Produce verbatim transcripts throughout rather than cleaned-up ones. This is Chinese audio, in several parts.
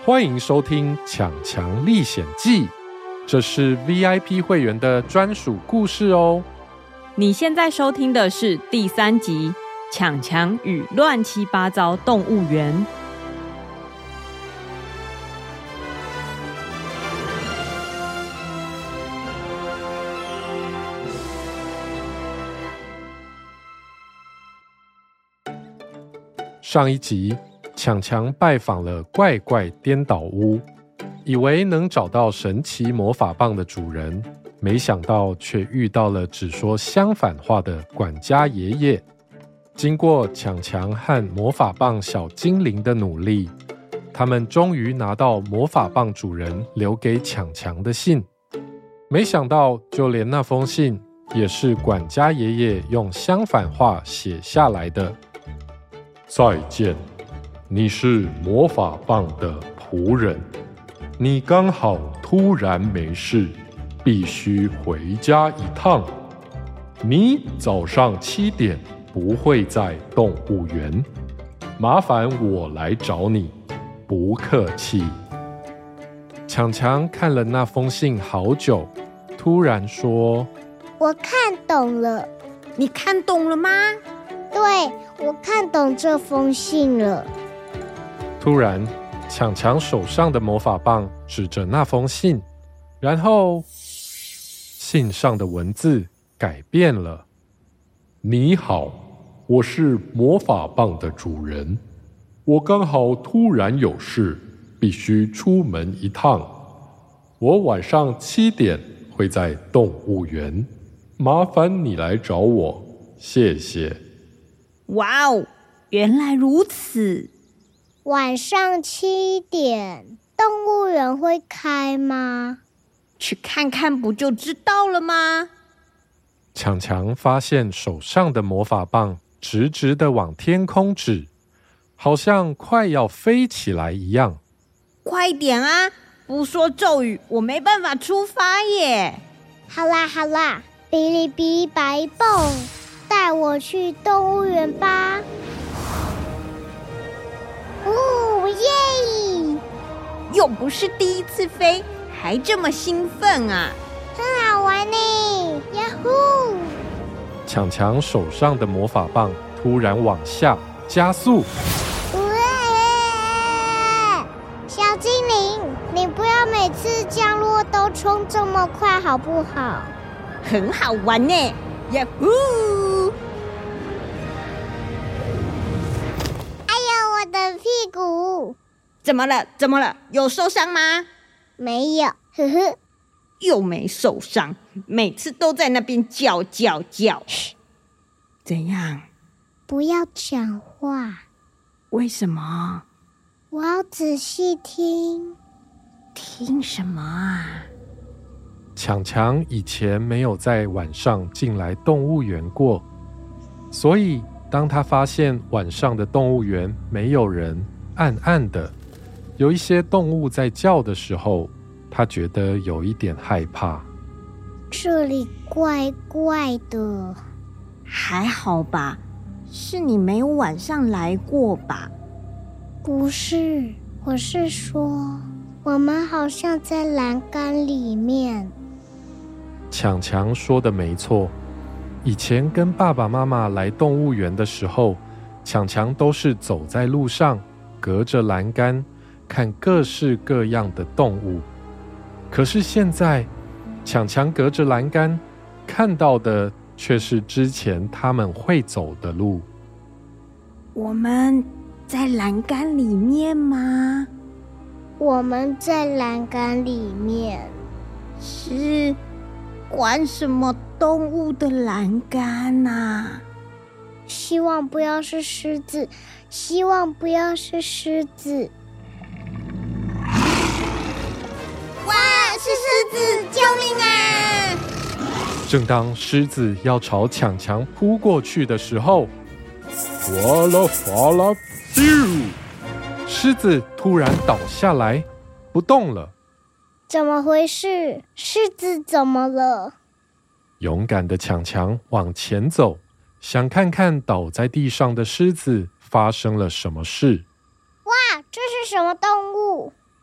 欢迎收听《强强历险记》，这是 V I P 会员的专属故事哦。 你现在收听的是第三集《强强与乱七八糟动物园》。 上一集，强强拜访了怪怪颠倒屋，以为能找到神奇魔法棒的主人，没想到却遇到了只说相反话的管家爷爷。经过强强和魔法棒小精灵的努力，他们终于拿到魔法棒主人留给强强的信。没想到，就连那封信也是管家爷爷用相反话写下来的。再见，你是魔法棒的仆人，你刚好突然没事，必须回家一趟。你早上七点不会在动物园，麻烦我来找你，不客气。强强看了那封信好久，突然说： 我看懂了。 你看懂了吗？ 对，我看懂这封信了。 突然，强强手上的魔法棒指着那封信，然后信上的文字改变了。你好，我是魔法棒的主人，我刚好突然有事，必须出门一趟。我晚上七点会在动物园，麻烦你来找我，谢谢。 哇哦，原来如此。 晚上七点，动物园会开吗？ 去看看不就知道了吗？ 强强发现手上的魔法棒直直的往天空指，好像快要飞起来一样。 快点啊！不说咒语，我没办法出发耶。 好啦好啦，哔哩哔哩白蹦，带我去动物园吧！哦耶！ 又不是第一次飞，还这么兴奋啊！ 很好玩呢！呀呼！ 强强手上的魔法棒突然往下加速。 小精灵，你不要每次降落都冲这么快好不好？ 很好玩呢！呀呼！ 我的屁股怎么了？怎么了？有受伤吗？ 没有，呵呵， 又没受伤，每次都在那边叫叫叫。怎样？ 不要讲话。 为什么？ 我要仔细听。 听什么啊？ 强强以前没有在晚上进来动物园过，所以当他发现晚上的动物园没有人，暗暗的，有一些动物在叫的时候，他觉得有一点害怕。 这里怪怪的。 还好吧，是你没有晚上来过吧？ 不是，我是说，我们好像在栏杆里面。 强强说的没错。以前跟爸爸妈妈来动物园的时候，强强都是走在路上，隔着栏杆看各式各样的动物。可是现在，强强隔着栏杆看到的却是之前他们会走的路。 我们在栏杆里面吗？ 我们在栏杆里面。 是关什么动物的栏杆啊？ 希望不要是狮子，希望不要是狮子。 哇，是狮子！救命啊！ 正当狮子要朝强强扑过去的时候，哗啦哗啦咻！狮子突然倒下来，不动了。 怎么回事？狮子怎么了？ 勇敢的强强往前走，想看看倒在地上的狮子发生了什么事。 哇，这是什么动物？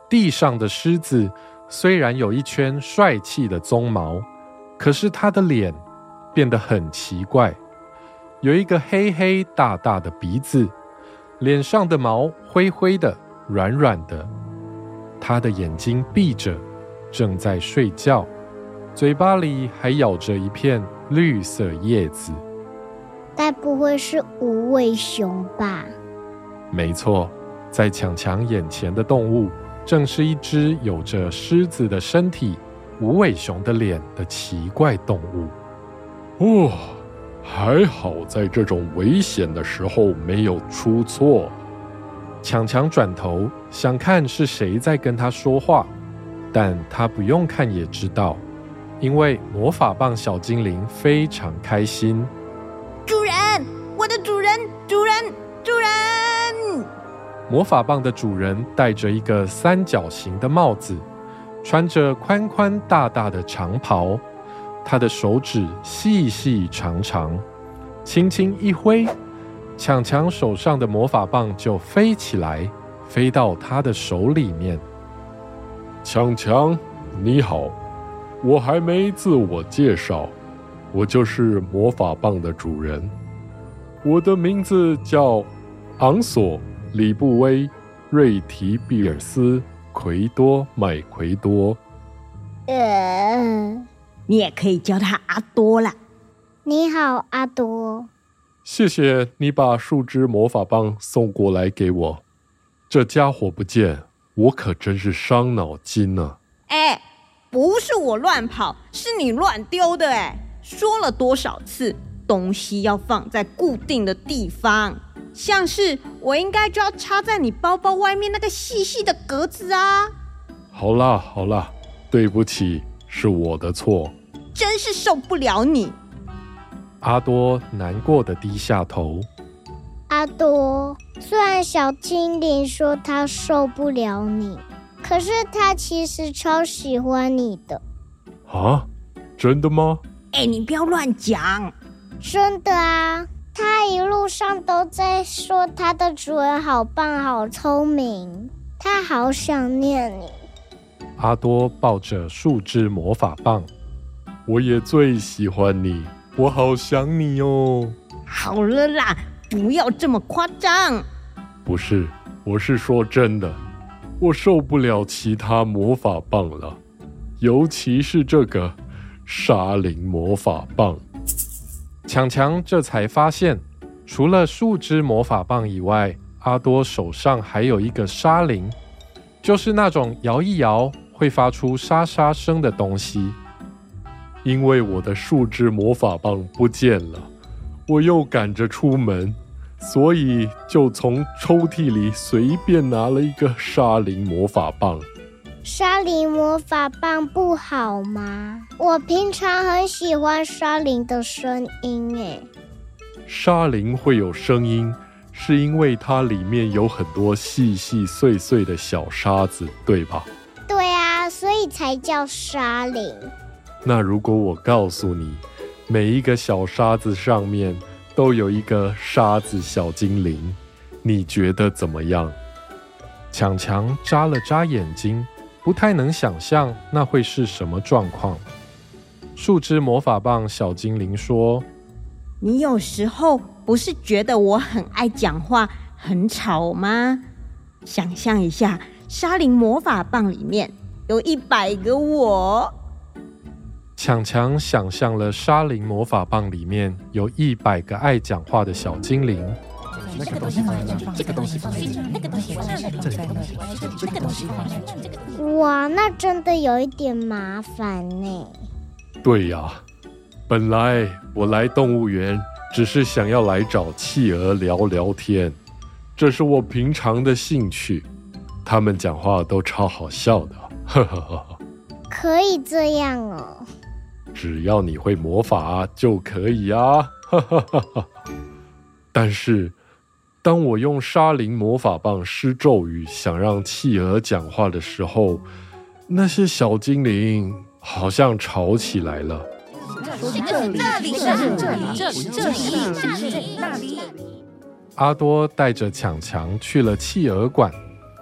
地上的狮子虽然有一圈帅气的鬃毛，可是它的脸变得很奇怪，有一个黑黑大大的鼻子，脸上的毛灰灰的、软软的。它的眼睛闭着，正在睡觉，嘴巴里还咬着一片绿色叶子。 该不会是无尾熊吧？ 没错，在强强眼前的动物正是一只有着狮子的身体、无尾熊的脸的奇怪动物。 哦，还好在这种危险的时候没有出错。 强强转头想看是谁在跟他说话，但他不用看也知道，因为魔法棒小精灵非常开心。 主人，我的主人，主人，主人！ 魔法棒的主人戴着一个三角形的帽子，穿着宽宽大大的长袍，他的手指细细长长，轻轻一挥，强强手上的魔法棒就飞起来，飞到他的手里面。 强强，你好，我还没自我介绍，我就是魔法棒的主人，我的名字叫昂索·里布威·瑞提比尔斯·奎多麦奎多。 呃， 你也可以叫他阿多啦。 你好，阿多。 谢谢你把树枝魔法棒送过来给我，这家伙不见，我可真是伤脑筋呢。 哎，不是我乱跑，是你乱丢的哎！说了多少次，东西要放在固定的地方，像是我应该就要插在你包包外面那个细细的格子啊。 好啦好啦，对不起，是我的错。 真是受不了你。 阿多难过的低下头。 阿多，虽然小精灵说他受不了你，可是他其实超喜欢你的。 啊？真的吗？ 哎，你不要乱讲。 真的啊，他一路上都在说他的主人好棒好聪明，他好想念你。 阿多抱着树枝魔法棒。 我也最喜欢你，我好想你哦。 好了啦，不要这么夸张。 不是，我是说真的，我受不了其他魔法棒了，尤其是这个沙林魔法棒。 强强这才发现，除了树枝魔法棒以外，阿多手上还有一个沙铃，就是那种摇一摇会发出沙沙声的东西。 因为我的树枝魔法棒不见了，我又赶着出门，所以就从抽屉里随便拿了一个沙林魔法棒。 沙林魔法棒不好吗？我平常很喜欢沙林的声音耶。 沙林会有声音，是因为它里面有很多细细碎碎的小沙子，对吧？ 对啊，所以才叫沙林。 那如果我告诉你，每一个小沙子上面都有一个沙子小精灵，你觉得怎么样？ 强强眨了眨眼睛，不太能想象那会是什么状况。树枝魔法棒小精灵说： 你有时候不是觉得我很爱讲话很吵吗？想象一下，沙林魔法棒里面有一百个我。 强强想象了沙林魔法棒里面有一百个爱讲话的小精灵。 那个东西放在这，这个东西放在这，那个东西放在这，这个东西放在这，这个东西放在这。 哇，那真的有一点麻烦呢。 对呀，本来我来动物园只是想要来找企鹅聊聊天，这是我平常的兴趣。他们讲话都超好笑的，呵呵呵。 可以这样哦。 只要你会魔法就可以啊，哈哈哈哈。但是，当我用沙林魔法棒施咒语，想让企鹅讲话的时候，那些小精灵好像吵起来了。 这里，这里，这里，这里，这里，那里。 阿多带着强强去了企鹅馆，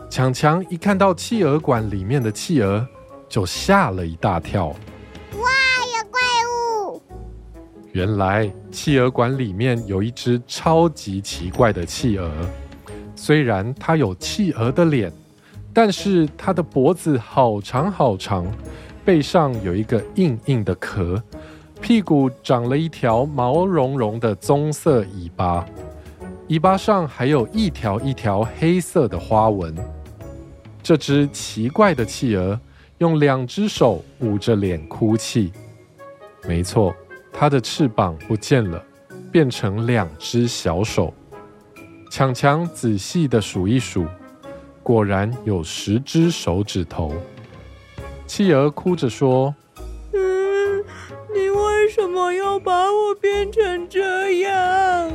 强强一看到企鹅馆里面的企鹅，就吓了一大跳。 哇，有怪物！ 原来企鹅馆里面有一只超级奇怪的企鹅，虽然它有企鹅的脸，但是它的脖子好长好长，背上有一个硬硬的壳，屁股长了一条毛茸茸的棕色尾巴，尾巴上还有一条一条黑色的花纹。这只奇怪的企鹅用两只手捂着脸哭泣。没错，它的翅膀不见了，变成两只小手。强强仔细地数一数，果然有十只手指头。企鹅哭着说： 嗯，你为什么要把我变成这样？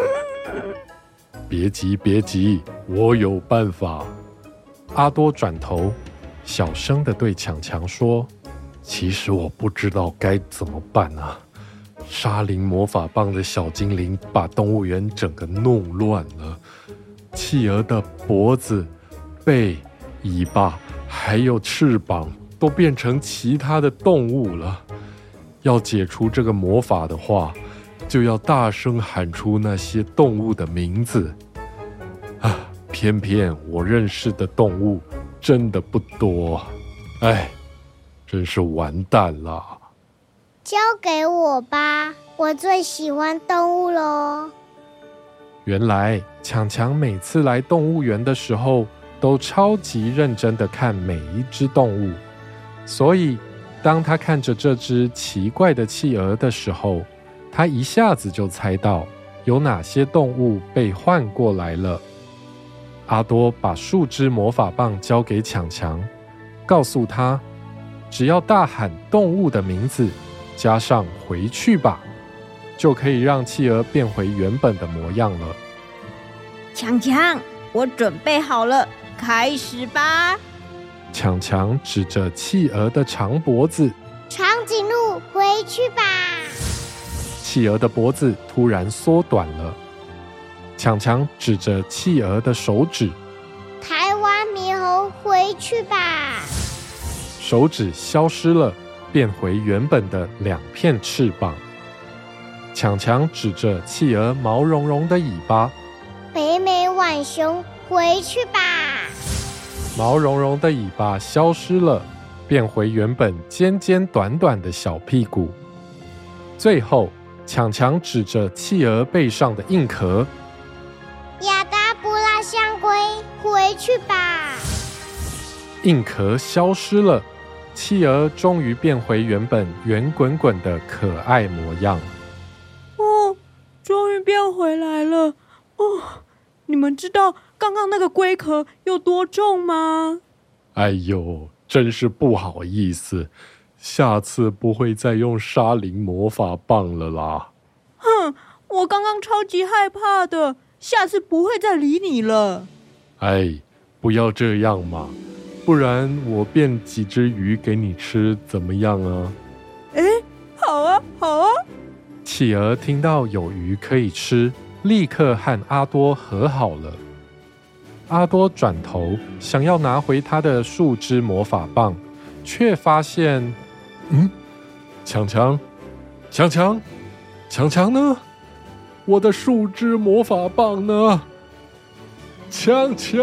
别急别急，我有办法。 阿多转头小声地对强强说： 其实我不知道该怎么办啊，沙林魔法棒的小精灵把动物园整个弄乱了，企鹅的脖子、背、尾巴还有翅膀都变成其他的动物了。要解除这个魔法的话，就要大声喊出那些动物的名字啊！偏偏我认识的动物真的不多，哎，真是完蛋了。 交给我吧，我最喜欢动物咯。 原来强强每次来动物园的时候，都超级认真地看每一只动物，所以当他看着这只奇怪的企鹅的时候，他一下子就猜到有哪些动物被换过来了。阿多把树枝魔法棒交给强强，告诉他，只要大喊动物的名字，加上回去吧，就可以让企鹅变回原本的模样了。 强强，我准备好了，开始吧。 强强指着企鹅的长脖子， 长颈鹿，回去吧。 企鹅的脖子突然缩短了。强强指着企鹅的手指， 台湾猕猴，回去吧。 手指消失了，变回原本的两片翅膀。强强指着企鹅毛茸茸的尾巴， 北美浣熊，回去吧。 毛茸茸的尾巴消失了，变回原本尖尖短短的小屁股。最后，强强指着企鹅背上的硬壳， 亚达布拉象龟，回去吧。 硬壳消失了，企鹅终于变回原本圆滚滚的可爱模样。 哦，终于变回来了。哦，你们知道刚刚那个龟壳有多重吗？ 哎呦，真是不好意思，下次不会再用沙林魔法棒了啦。 哼，我刚刚超级害怕的，下次不会再理你了。 哎，不要这样嘛，不然我变几只鱼给你吃，怎么样啊？ 哎，好啊，好啊。 企鹅听到有鱼可以吃，立刻和阿多和好了。阿多转头想要拿回他的树枝魔法棒，却发现， 嗯，强强，强强，强强呢？我的树枝魔法棒呢？强强！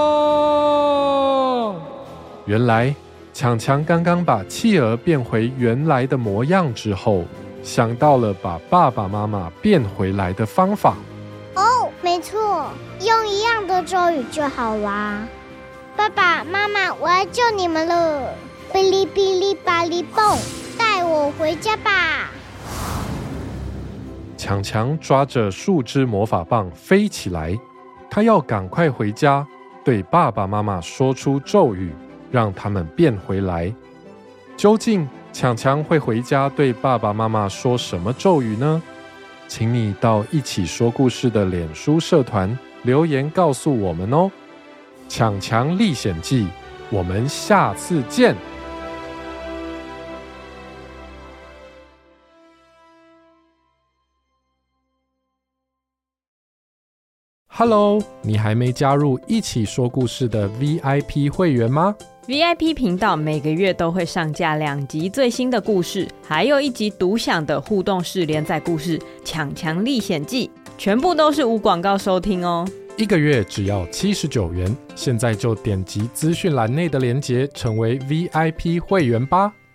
原来强强刚刚把企鹅变回原来的模样之后，想到了把爸爸妈妈变回来的方法。 哦，没错，用一样的咒语就好啦。爸爸妈妈，我要救你们了！哔哩哔哩吧哩蹦，带我回家吧！ 强强抓着树枝魔法棒飞起来，他要赶快回家，对爸爸妈妈说出咒语，让他们变回来。究竟强强会回家对爸爸妈妈说什么咒语呢？请你到一起说故事的脸书社团留言告诉我们哦。强强历险记，我们下次见。 Hello， 你还没加入一起说故事的 V I P 会员吗？ V I P 频道每个月都会上架两集最新的故事，还有一集独享的互动式连载故事《强强历险记》，全部都是无广告收听哦。 一个月只要七十九元，现在就点击资讯栏内的连结，成为 V I P 会员吧。